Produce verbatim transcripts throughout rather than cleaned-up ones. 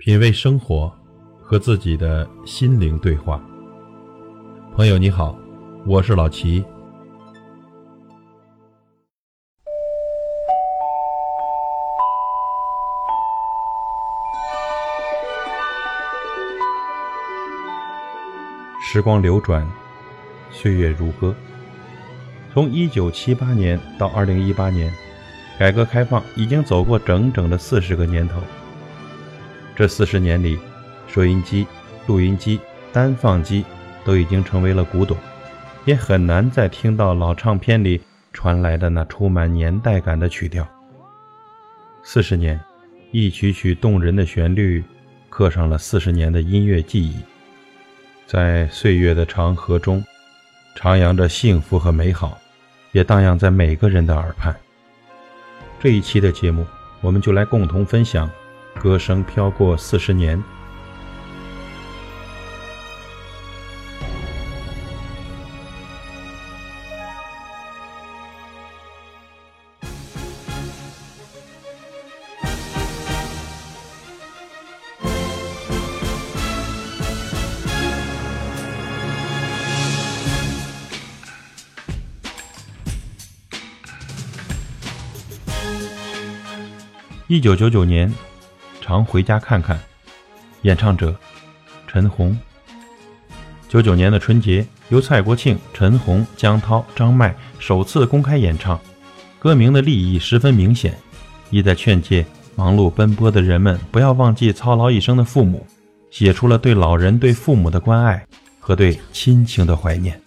品味生活，和自己的心灵对话。朋友你好，我是老齐。时光流转，岁月如歌。从一九七八年到二零一八年，改革开放已经走过整整的四十个年头。这四十年里，收音机、录音机、单放机都已经成为了古董，也很难再听到老唱片里传来的那充满年代感的曲调。四十年，一曲曲动人的旋律，刻上了四十年的音乐记忆，在岁月的长河中，徜徉着幸福和美好，也荡漾在每个人的耳畔。这一期的节目，我们就来共同分享歌声飘过四十年。一九九九年，常回家看看，演唱者陈红。九九年的春节，由蔡国庆、陈红、江涛、张麦首次公开演唱，歌名的立意十分明显，意在劝诫忙碌奔波的人们不要忘记操劳一生的父母，写出了对老人、对父母的关爱和对亲情的怀念。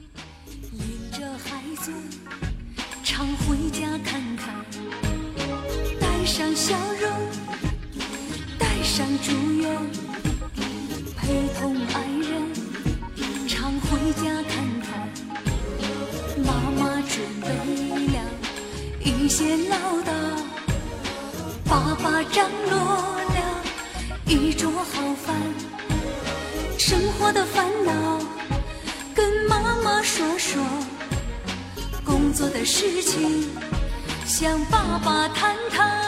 上笑容，带上祝愿，陪同爱人，常回家看看。妈妈准备了一些唠叨，爸爸张罗了一桌好饭。生活的烦恼跟妈妈说说，工作的事情向爸爸谈谈。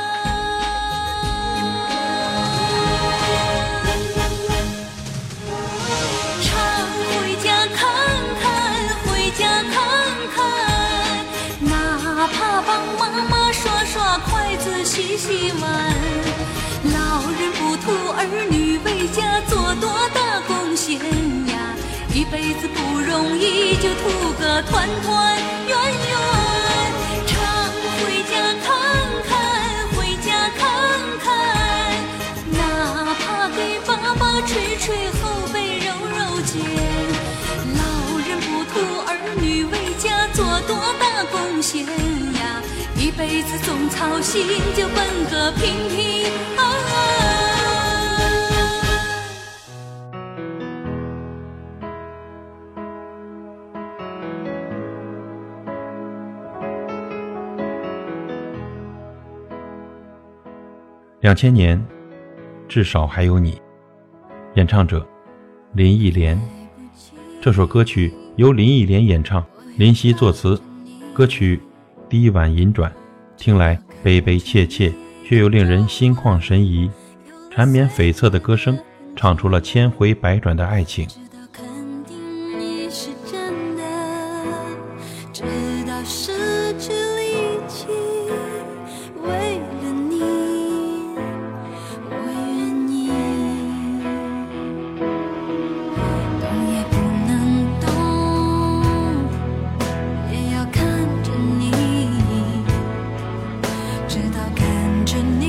洗洗碗，老人不图儿女为家做多大贡献呀，一辈子不容易，就图个团团圆圆。常回家看看，回家看看，哪怕给爸爸捶捶后背揉揉肩。老人不图儿女为家做多大贡献呀，一辈子总操心，就奔个平平安安。 两千年，至少还有你。演唱者林忆莲。这首歌曲由林忆莲演唱，林夕作词。歌曲低婉银转，听来悲悲切切，却又令人心旷神怡。缠绵悱恻的歌声，唱出了千回百转的爱情。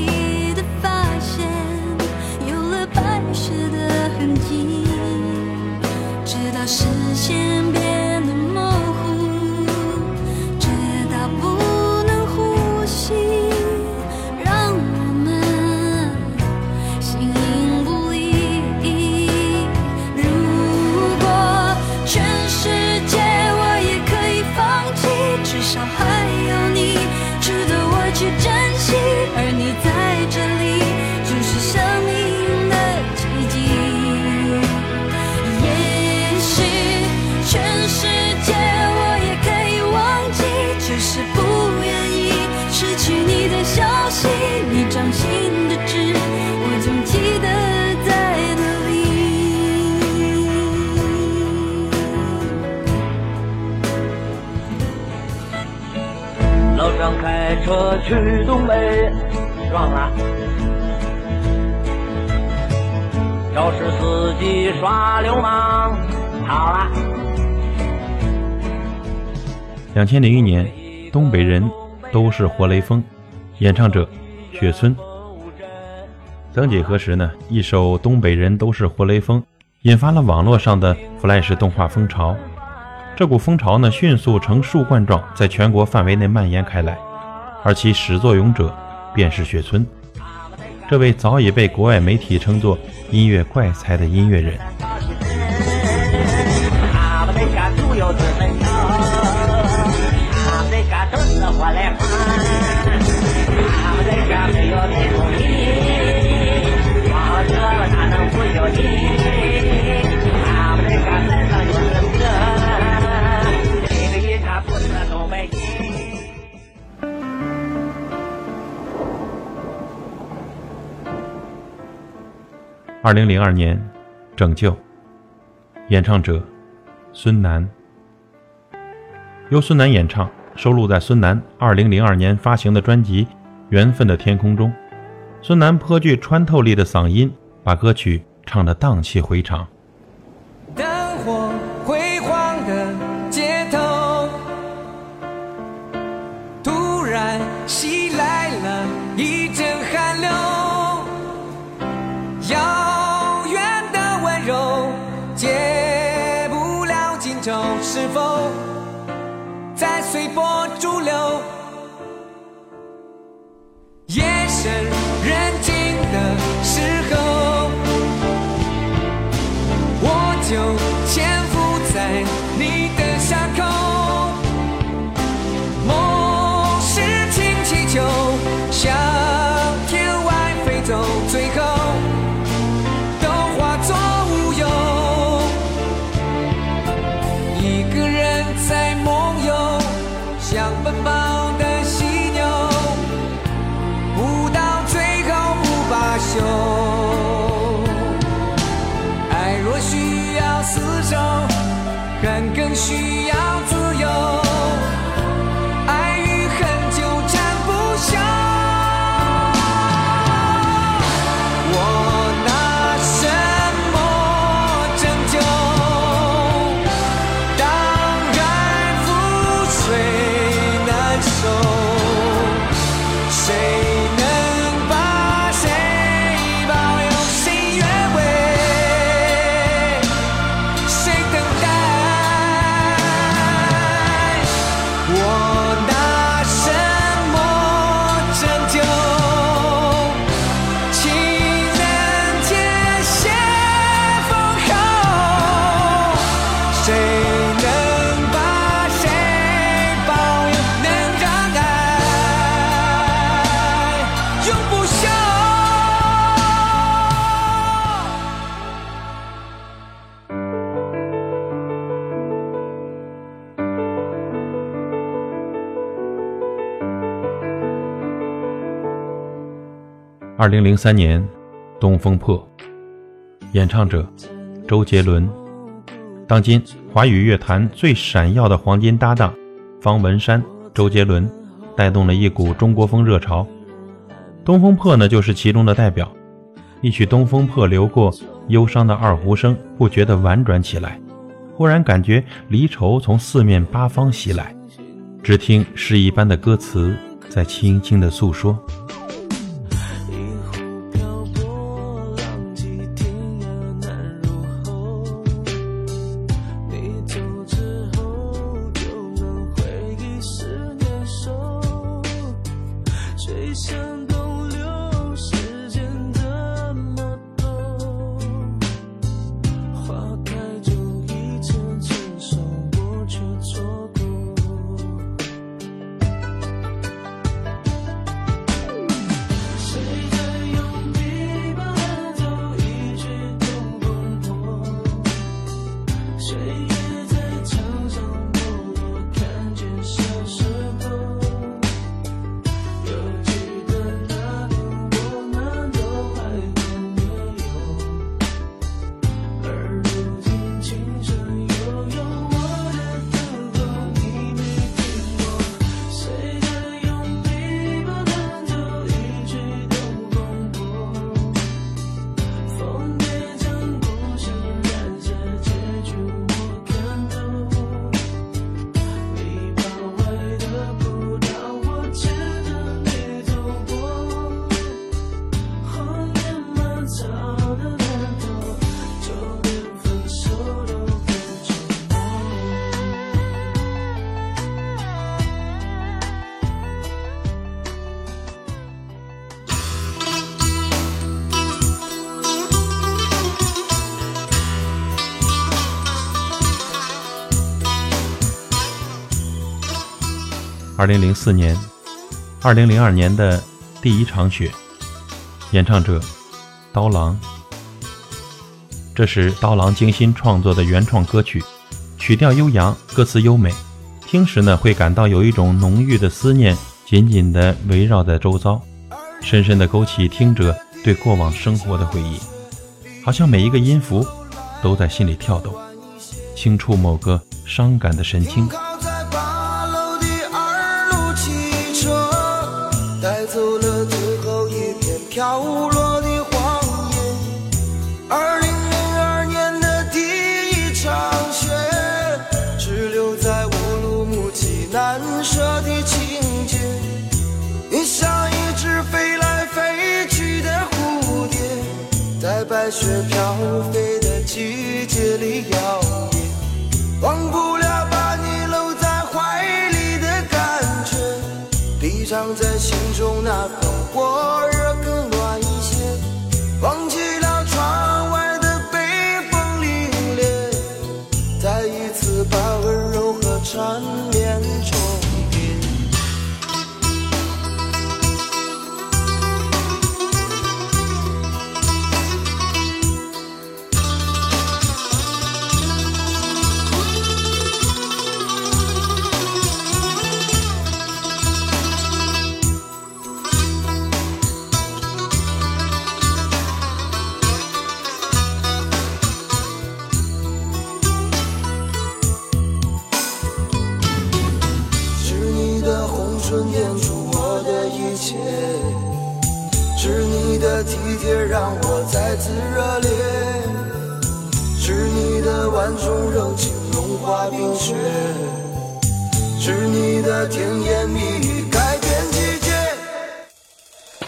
白雪的痕迹。 车去东北，撞了。肇事司机耍流氓，好了。 两千零一年，东北人都是活雷锋，演唱者雪村。曾几何时呢，一首《东北人都是活雷锋》引发了网络上的 Flash 动画风潮。这股风潮呢，迅速呈树冠状在全国范围内蔓延开来，而其始作俑者便是雪村，这位早已被国外媒体称作音乐怪才的音乐人。二零零二年，拯救，演唱者孙楠。由孙楠演唱，收录在孙楠二零零二年发行的专辑《缘分的天空》中。孙楠颇具穿透力的嗓音，把歌曲唱得荡气回肠。 灯火辉煌的街头，突然袭来了一阵寒流，遥远的温柔解不了今朝，是否在随波逐流？夜深人静的时候，我就潜伏在你的伤口，梦是氢气球向天外飞走，最后都化作乌有。一个人在梦游，像奔跑的犀牛，不到最后不罢休。爱若需要厮守，恨更需要自由，爱与恨纠缠不休。我拿什么拯救？当然覆水难收，谁能把谁保佑？谁越位？谁等待？我拿什么拯救？情人节写封后，谁能把谁保佑？能让爱永不休。 二零零三年，东风破，演唱者周杰伦。当今华语乐坛最闪耀的黄金搭档方文山、周杰伦，带动了一股中国风热潮。东风破呢，就是其中的代表。一曲东风破流过，忧伤的二胡声不觉得婉转起来，忽然感觉离愁从四面八方袭来。只听诗一般的歌词在轻轻地诉说。 二零零四年、二零零二年的第一场雪，演唱者刀郎。这是刀郎精心创作的原创歌曲，曲调悠扬，歌词优美，听时呢会感到有一种浓郁的思念紧紧地围绕在周遭，深深地勾起听者对过往生活的回忆，好像每一个音符都在心里跳动，轻触某个伤感的神经。 带走了最后一片飘落的黄叶。二零零二年的第一场雪，只留在乌鲁木齐难舍的情节。你像一只飞来飞去的蝴蝶，在白雪飘飞的季节里摇曳，忘不了把你搂在怀里的感觉，闭藏在心中那份火热更暖一些，忘记了窗外的北风凛冽，再一次把温柔和缠绵重叠。春点出我的一切，是你的体贴让我再次热烈，是你的万种柔情融化冰雪，是你的甜言蜜语改变季节。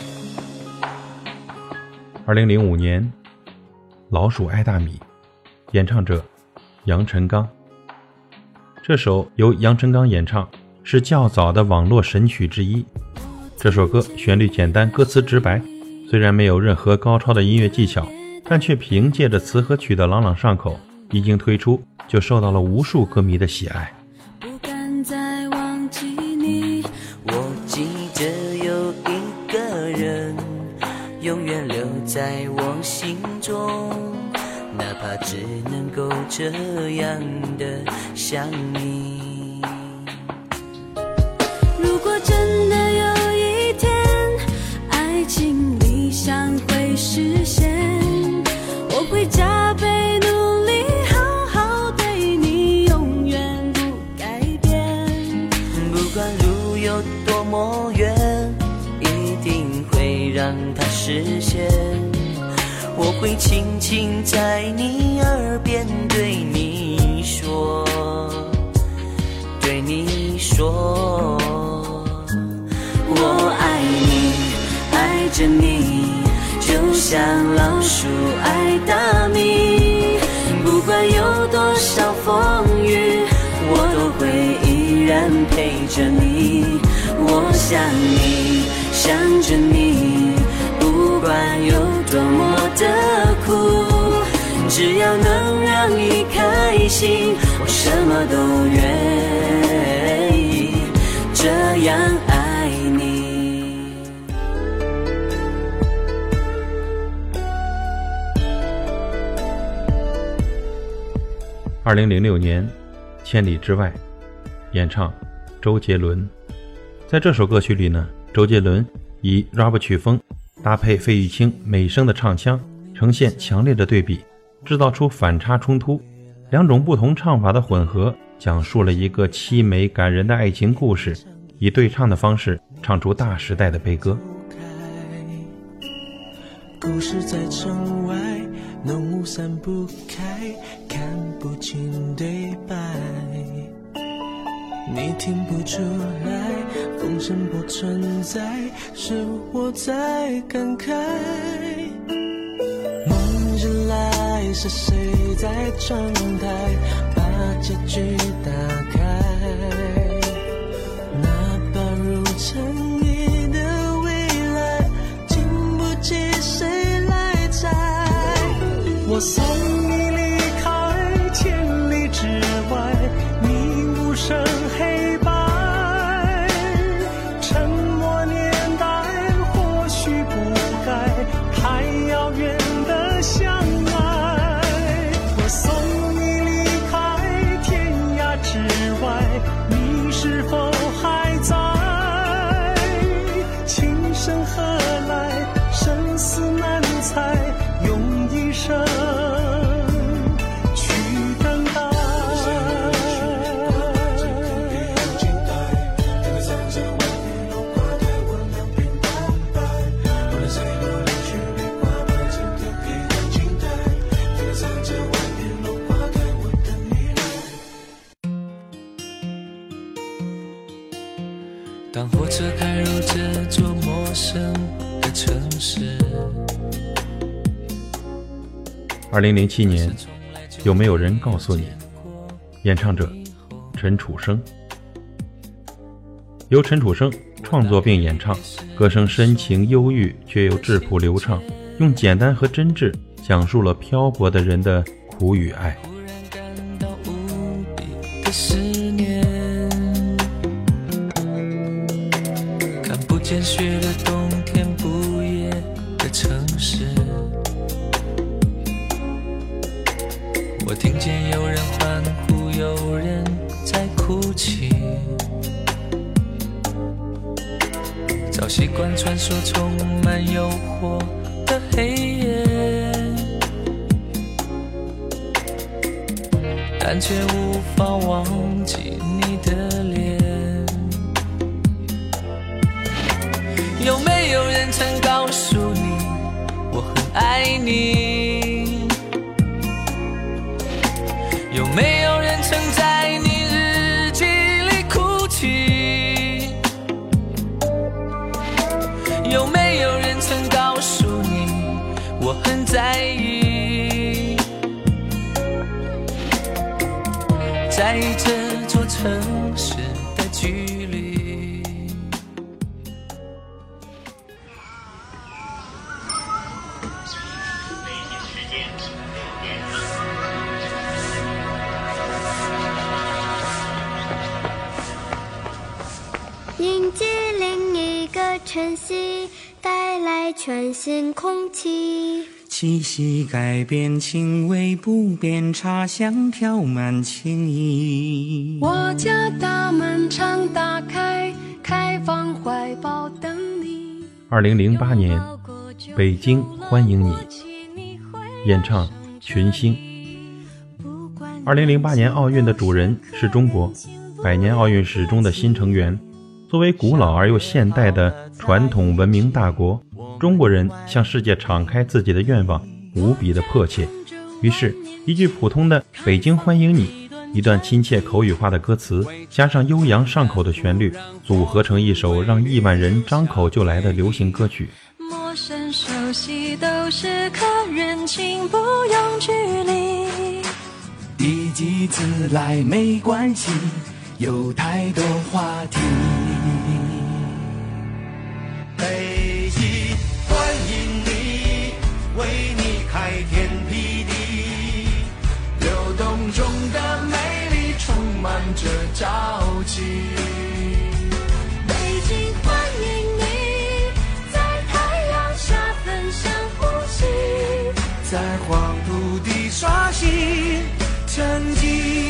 二零零五年，老鼠爱大米，演唱者杨臣刚。这首由杨臣刚演唱，是较早的网络神曲之一。这首歌旋律简单，歌词直白，虽然没有任何高超的音乐技巧，但却凭借着词和曲的朗朗上口，一经推出就受到了无数歌迷的喜爱。 不敢再忘记你， 我记得有一个人永远留在我心中，哪怕只能够这样的想你。 如果真的有一天爱情理想会实现，我会加倍努力好好对你，永远不改变。 不管路有多么远，一定会让它实现。我会轻轻在你耳边对你说，对你说我爱你，爱着你，就像老鼠爱大米。不管有多少风雨，我都会依然陪着你。我想你，想着你，不管有多么的苦，只要能让你开心，我什么都愿意这样爱你。 二零零六年，千里之外，演唱周杰伦。在这首歌曲里呢，周杰伦以 rap 曲风搭配费玉清美声的唱腔，呈现强烈的对比，制造出反差冲突，两种不同唱法的混合，讲述了一个凄美感人的爱情故事，以对唱的方式唱出大时代的悲歌。 故事在城外，浓雾散不开，看不清对白，你听不出来，风声不存在，是我在感慨。梦醒来，是谁在窗台把结局打开？那把如尘埃的未来，经不起谁来摘。我送你离开千里之外，你无声黑白， 二零零七年，有没有人告诉你？演唱者陈楚生。由陈楚生创作并演唱，歌声深情忧郁却又质朴流畅，用简单和真挚讲述了漂泊的人的苦与爱。 忽然感到无比的思念，看不见雪的冬天，不夜的城市，我听见有人欢呼，有人在哭泣，早习惯穿梭充满诱惑的黑夜，但却无法忘记你的脸。有没有人曾告诉你我很爱你？有没有人曾在你日记里哭泣？有没有人曾告诉你我很在意？在意这座城市的距离。 迎接另一个晨曦，带来全新空气。 气息改变，情味不变，茶香飘满情意。 我家大门常打开，开放怀抱等你。 二零零八年，北京欢迎你，演唱群星。二零零八年奥运的主人是中国，百年奥运史中的新成员。作为古老而又现代的传统文明大国，中国人向世界敞开自己的愿望无比的迫切。于是一句普通的北京欢迎你，一段亲切口语化的歌词，加上悠扬上口的旋律，组合成一首让亿万人张口就来的流行歌曲。 陌生熟悉都是可人情，不用距离， 一己自来没关系，有太多话题。 北京欢迎你，为你开天辟地，流动中的美丽充满着朝气。 北京欢迎你，在太阳下分享呼吸， 在黄土地刷新成绩。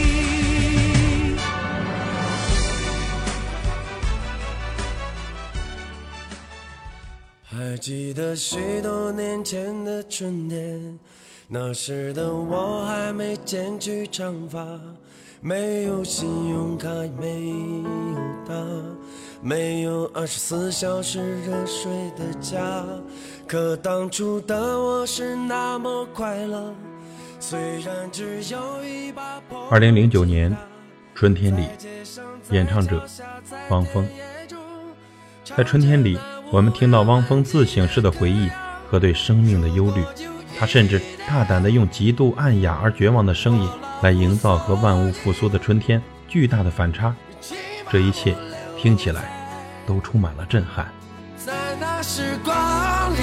还记得许多年前的春天，那时的我还没剪去长发，没有信用卡，没有他，没有二十四小时热水的家。可当初的我是那么快乐，虽然只有一把破。 二零零九年，春天里，演唱者汪峰。在春天里，我们听到汪峰自省式的回忆和对生命的忧虑，他甚至大胆地用极度暗哑而绝望的声音来营造和万物复苏的春天巨大的反差。这一切听起来都充满了震撼。 在那时光里，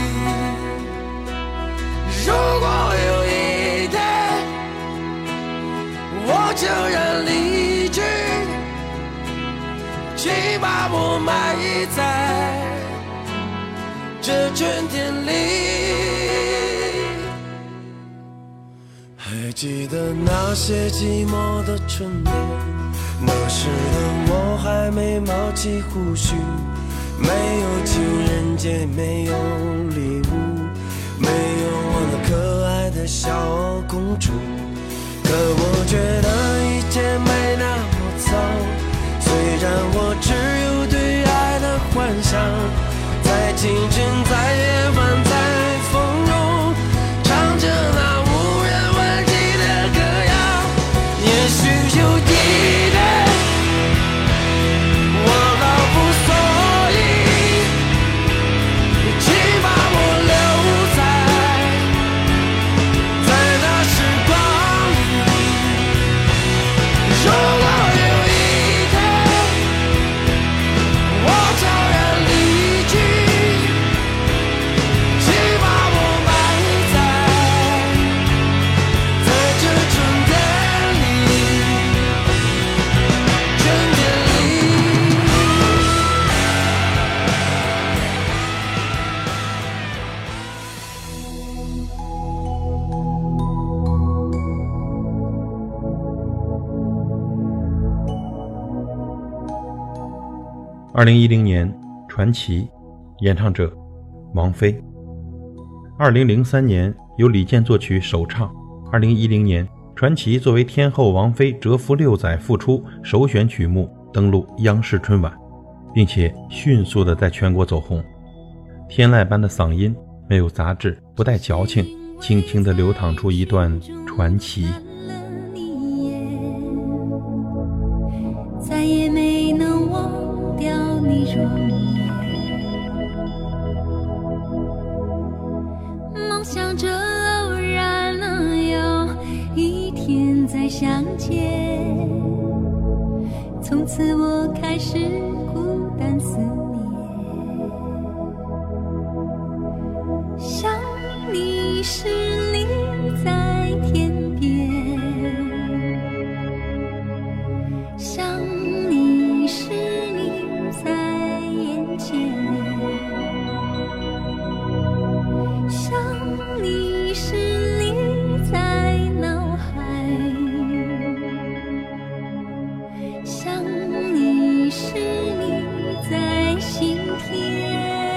如果有一天我就人离去，请把我埋在这春天里。还记得那些寂寞的春天，那时的我还没冒起胡须，没有情人节，没有礼物，没有我那可爱的小公主。可我觉得一切没那么糟，虽然我只有对爱的幻想，在清晨，在夜晚，在风中，唱着那无人问起的歌谣。也许有一天我老无所依，请把我留在在那二零一零年传奇，演唱者王菲。二零零三年由李健作曲首唱。二零一零年传奇作为天后王菲蛰伏六载复出首选曲目登陆央视春晚，并且迅速地在全国走红。天籁般的嗓音，没有杂质，不带矫情，轻轻地流淌出一段传奇。 再也没能忘掉你容颜，梦想着偶然能有一天再相见，从此我开始孤单思念，想你时你在天边，想你时你在眼前，想你时你在脑海，想你时你在心田。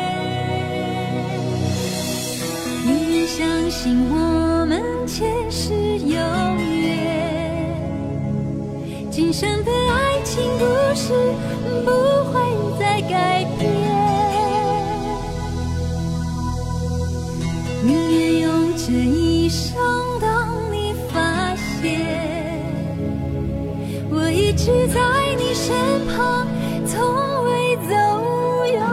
宁愿相信我们前世有缘，今生的爱情故事不会再改变。宁愿用这一生等你发现，我一直在你身旁，从未走远。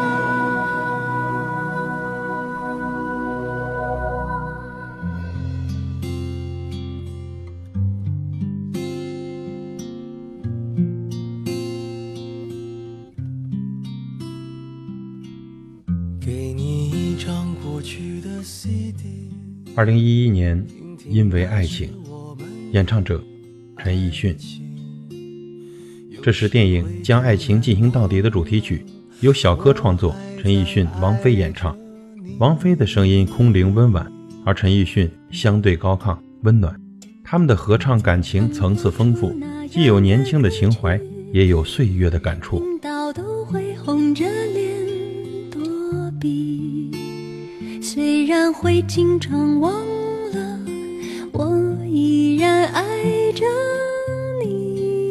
给你一张过去的 C D。 二零一一年因为爱情，演唱者陈奕迅。这是电影《将爱情进行到底》的主题曲，由小柯创作，陈奕迅、王菲演唱。王菲的声音空灵温婉，而陈奕迅相对高亢温暖。他们的合唱感情层次丰富，既有年轻的情怀，也有岁月的感触。 都会红着脸躲避，虽然会经常忘了，我依然爱着你。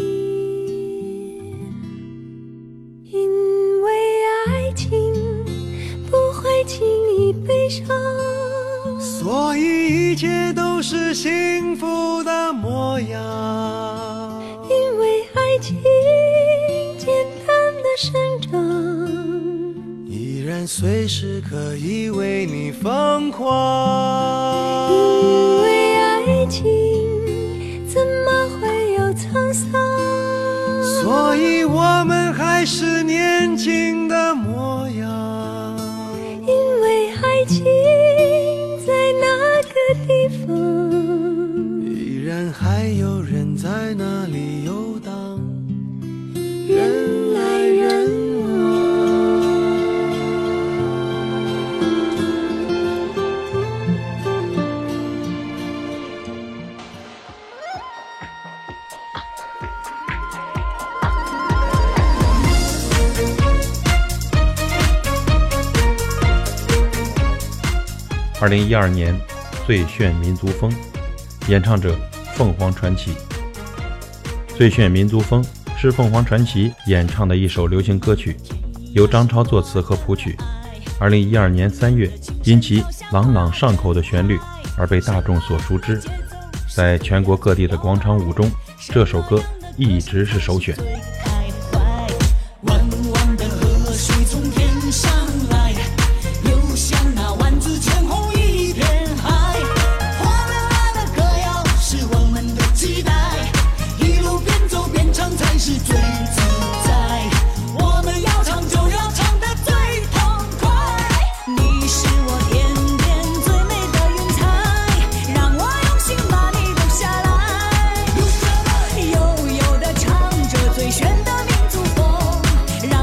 因为爱情不会轻易悲伤， 所以一切都是幸福的模样。 因为爱情简单的生长， 依然随时可以为你疯狂。 因为爱情怎么会有沧桑， 所以我们还是年轻的模样。 因为爱情在那个地方， 依然还有人在那里游荡，人来人往。 二零一二年最炫民族风，演唱者凤凰传奇。最炫民族风是凤凰传奇演唱的一首流行歌曲，由张超作词和谱曲。二零一二年三月，因其朗朗上口的旋律而被大众所熟知，在全国各地的广场舞中，这首歌一直是首选。 弯弯的河水从天上来，流向那万紫千红一片海。我们爱的歌谣是我们的期待，一路边走边唱才是最自在。我们要唱就要唱得最痛快，你是我天边最美的云彩，让我用心把你留下来，悠悠地唱着最炫的民族风，让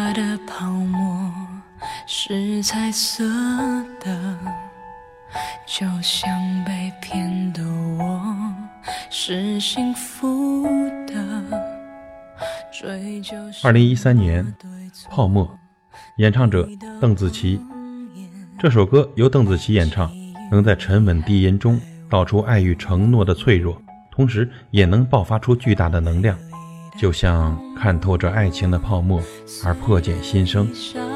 它的泡沫是彩色的，就像被骗的我是幸福的。追究二零一三年，泡沫，演唱者邓紫棋。这首歌由邓紫棋演唱，能在沉稳低吟中道出爱与承诺的脆弱，同时也能爆发出巨大的能量，就像看透这爱情的泡沫而破茧新生。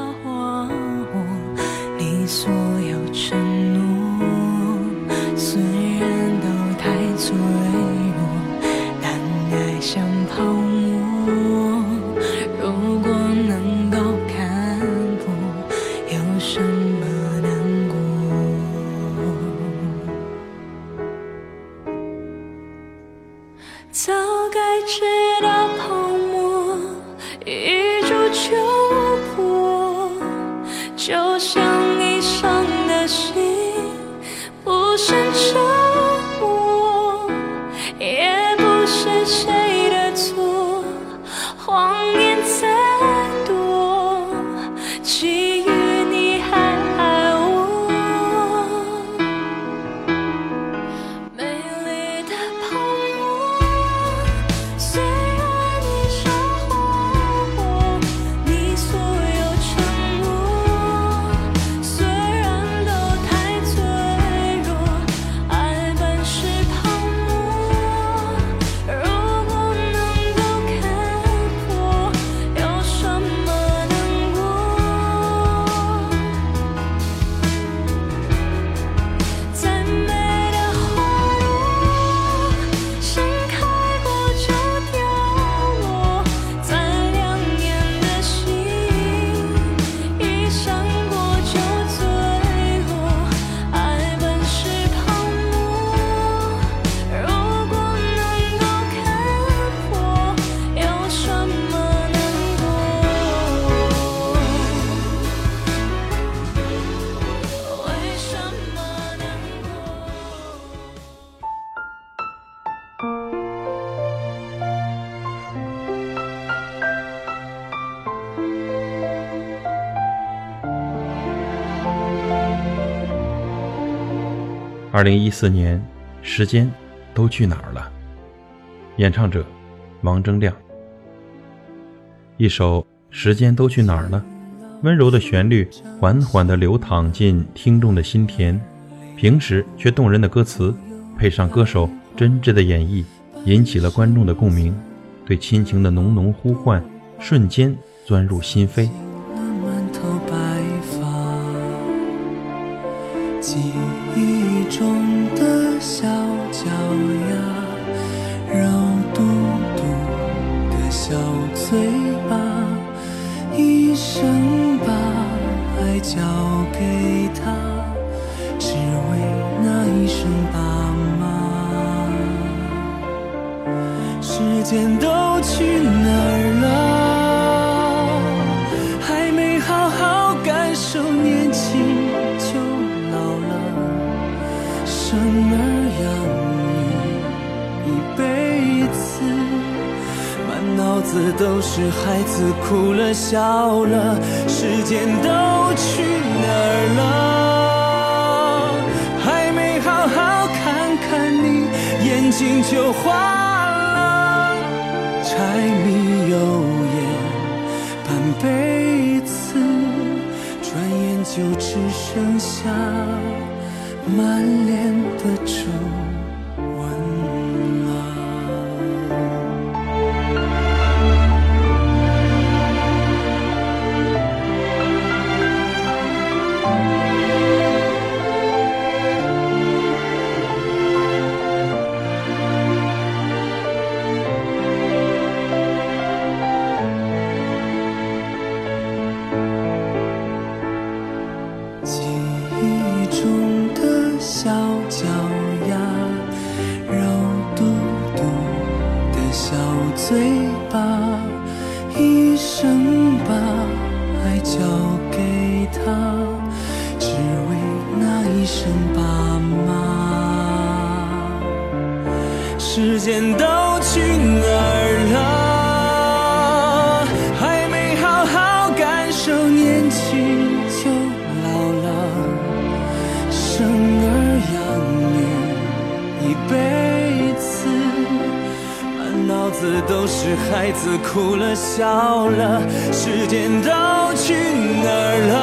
你所有承诺虽然都太脆弱，但爱像泡沫，如果能够看破，有什么难过？早该知道泡沫一触就破，就像你伤的心不是折磨，也不是谁的错，谎言再多，基于你还爱我。美丽的泡沫，虽然你烧坏我，你所有承诺虽然都太脆弱，爱本是泡沫，如果能够看破，有什么难过？再美的花朵盛开过就凋落，再亮眼的星一闪过就坠落，爱本是泡沫，如果能够看破，有什么难过？为什么难过？ 二零一四年，时间都去哪儿了？演唱者王铮亮。一首《时间都去哪儿了》，温柔的旋律缓缓地流淌进听众的心田，平时却动人的歌词，配上歌手真挚的演绎，引起了观众的共鸣，对亲情的浓浓呼唤瞬间钻入心扉。 满头白发，记忆中的小脚丫，肉嘟嘟的小嘴巴，一生把爱交给他，只为那一声爸妈。时间都去哪儿了？还没好好感受年轻就老了，生儿养女一辈子，满脑子都是孩子哭了笑了，时间都去哪儿了？还没好好看看你，眼睛就花了，柴米油盐半辈子，转眼就只剩下满脸的皱纹了。记忆中的小脚丫，肉嘟嘟的小嘴巴，一生把爱交给他，只为那一声爸妈。时间都去哪儿了？还没好好感子都是孩子，哭了笑了，时间都去哪儿了？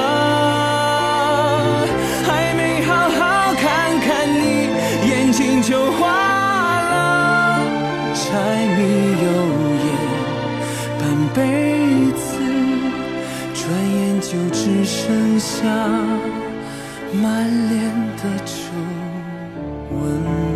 还没好好看看你，眼睛就花了。柴米油盐半辈子，转眼就只剩下满脸的皱纹。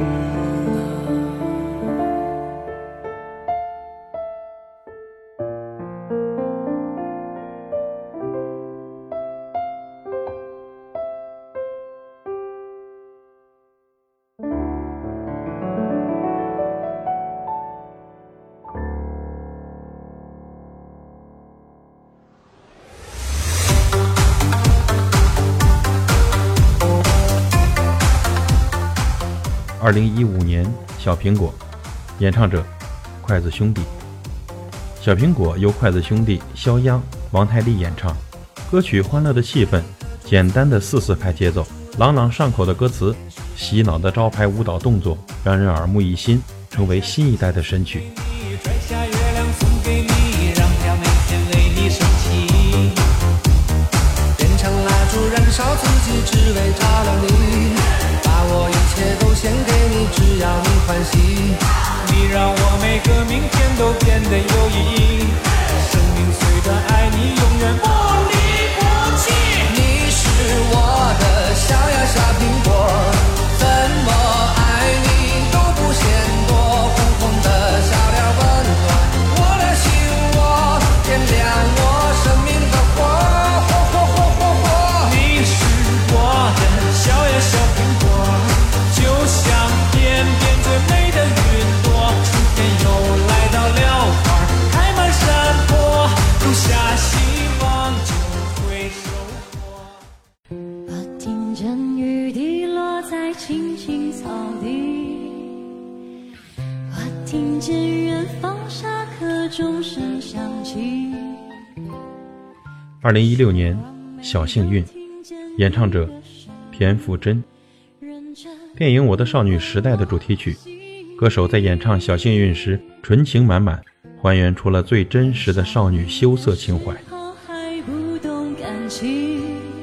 二零一五年，小苹果，演唱者筷子兄弟。小苹果由筷子兄弟肖央、王太利演唱，歌曲欢乐的气氛，简单的四四拍节奏，朗朗上口的歌词，洗脑的招牌舞蹈动作，让人耳目一新，成为新一代的神曲。 摘下月亮送给你，让它每天为你升起，点上蜡烛燃烧自己，只为照亮你，把我一切都献给你，只要你欢喜，你让我每个明天都变得有意义，生命虽短，爱你永远不离不弃。你是我的小呀小苹果，怎么爱你都不嫌多，红红的笑脸温暖我的心窝，点亮我生命的火，火火火火火。你是我的小呀小苹果，就像天边最美的云朵，春天又来到了花开满山坡，种下希望就会收获。 我听见雨滴落在青青草地，我听见远方下课钟声响起。 二零一六年，小幸运，演唱者田馥甄。电影《我的少女时代》的主题曲，歌手在演唱小幸运时纯情满满，还原出了最真实的少女羞涩情怀。 还不懂感情，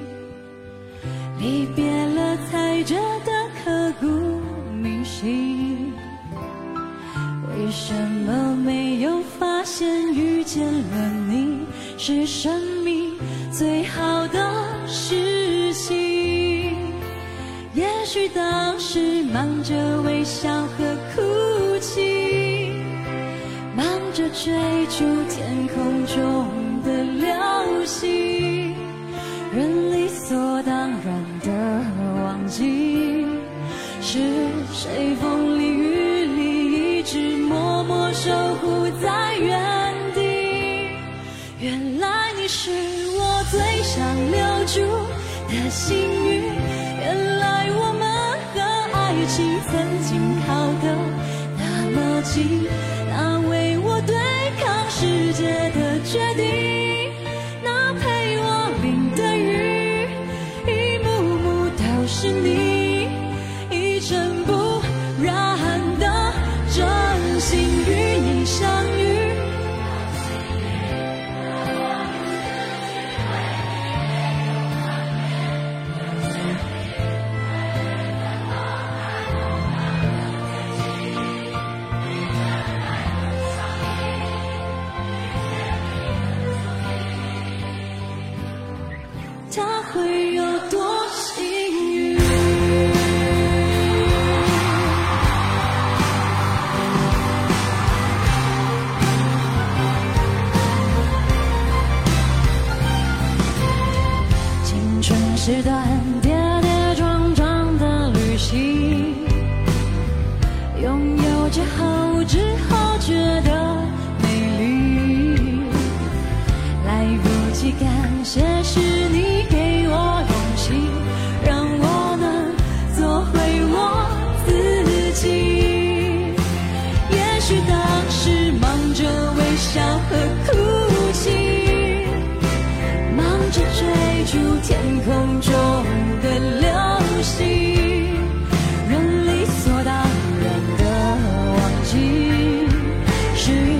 离别了才觉得刻骨铭心，为什么没有发现遇见了你是生命最好的事情？也许当时忙着微笑和哭泣，忙着追逐天空中的流星，人理所当然的忘记，是谁风里雨里一直默默守护在原地。原来你是我最想留住的幸运，原来我们和爱情曾经靠得那么近，那为我对抗世界的决定，那陪我淋的雨，一幕幕都是你，一尘不染的真心与你相遇。他会有多幸运？青春是段跌跌撞撞的旅行，拥有之后之后觉得美丽，来不及感谢是你给我勇气，让我能做回我自己。也许当时忙着微笑和哭泣，忙着追逐天空中的流星，人理所当然的忘记，是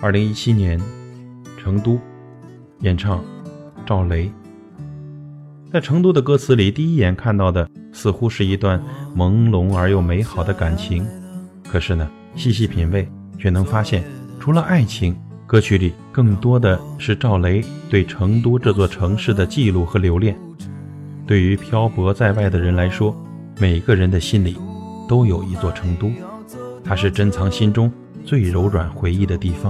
二零一七年，成都，演唱赵雷。在成都的歌词里，第一眼看到的似乎是一段朦胧而又美好的感情，可是呢，细细品味却能发现，除了爱情，歌曲里更多的是赵雷对成都这座城市的记录和留恋。对于漂泊在外的人来说，每个人的心里都有一座成都，它是珍藏心中最柔软回忆的地方。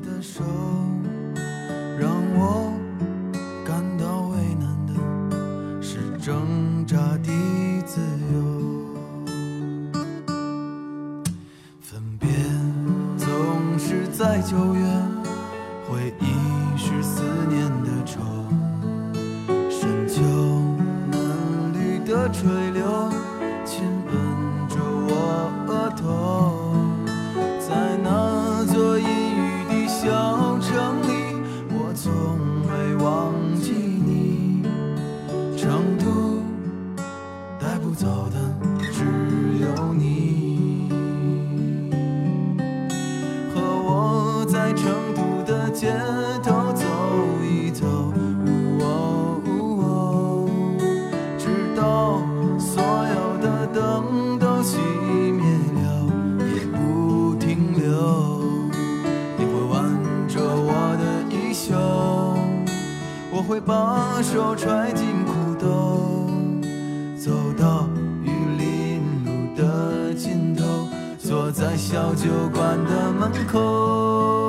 让我感到为难的是挣扎的自由，分别总是在九月，回忆是思念的愁，深秋嫩绿的垂柳亲吻着我额头，在那座阴雨的小城里，我从未忘记你。成都带不走的只有你，和我在成都的街头走一走，哦哦，直到所有的灯都熄灭了也不停留。你会挽着我的衣袖，我会把手揣进裤兜，走到玉林路的尽头，坐在小酒馆的门口。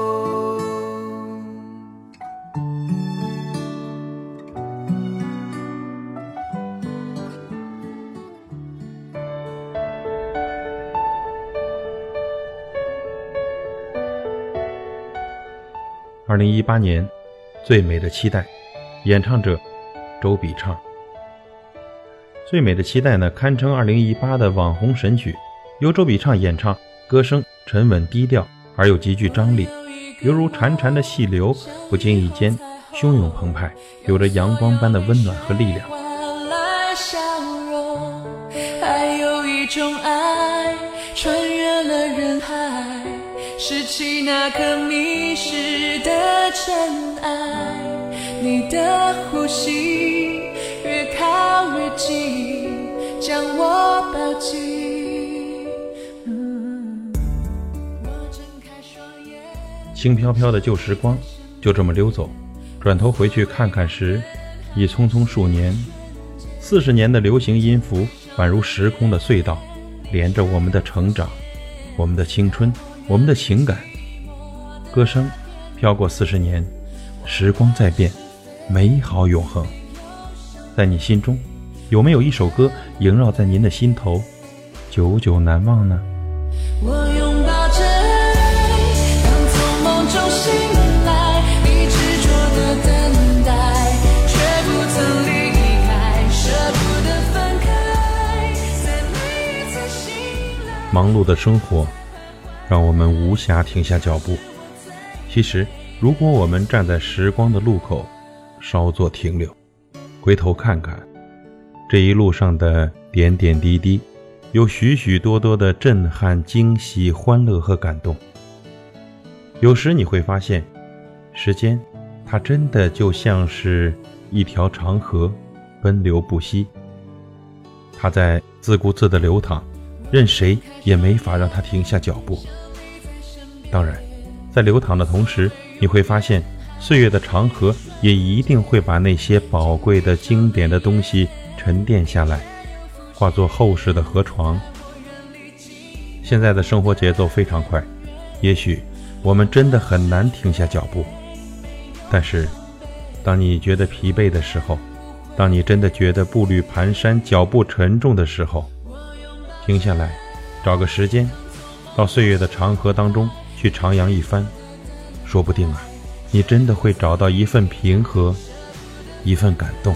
二零一八年，最美的期待，演唱者周笔畅。最美的期待呢，堪称二零一八的网红神曲，由周笔畅演唱，歌声沉稳低调而又极具张力，犹如潺潺的细流，不经意间汹涌澎湃，有着阳光般的温暖和力量。 笑容，还有一种爱穿越了人海，拾起那颗迷失的尘埃，你的呼吸越靠越近，将我抱紧、嗯、我睁开双眼， 轻飘飘的旧时光就这么溜走，转头回去看看时，已匆匆数年。四十年的流行音符宛如时空的隧道，连着我们的成长，我们的青春，我们的情感。歌声飘过四十年，时光在变，美好永恒。在你心中，有没有一首歌萦绕在您的心头，久久难忘呢？ 我拥抱着爱，当从梦中醒来，你执着的等待，却不曾离开，舍不得分开，在每一次醒来。 忙碌的生活让我们无暇停下脚步，其实如果我们站在时光的路口稍作停留，回头看看这一路上的点点滴滴，有许许多多的震撼、惊喜、欢乐和感动。有时你会发现，时间它真的就像是一条长河，奔流不息，它在自顾自地流淌，任谁也没法让它停下脚步。当然，在流淌的同时，你会发现岁月的长河也一定会把那些宝贵的经典的东西沉淀下来，化作后世的河床。现在的生活节奏非常快，也许我们真的很难停下脚步，但是当你觉得疲惫的时候，当你真的觉得步履蹒跚、脚步沉重的时候，停下来，找个时间到岁月的长河当中去徜徉一番，说不定啊，你真的会找到一份平和，一份感动。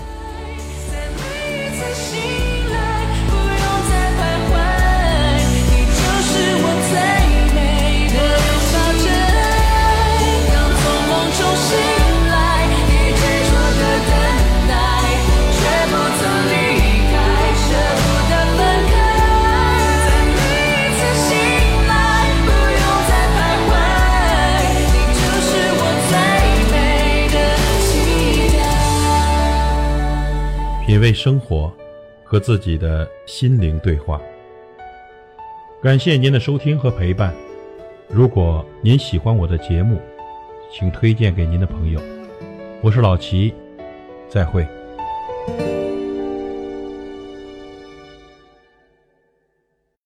品味生活，和自己的心灵对话。感谢您的收听和陪伴。如果您喜欢我的节目，请推荐给您的朋友。我是老齐，再会。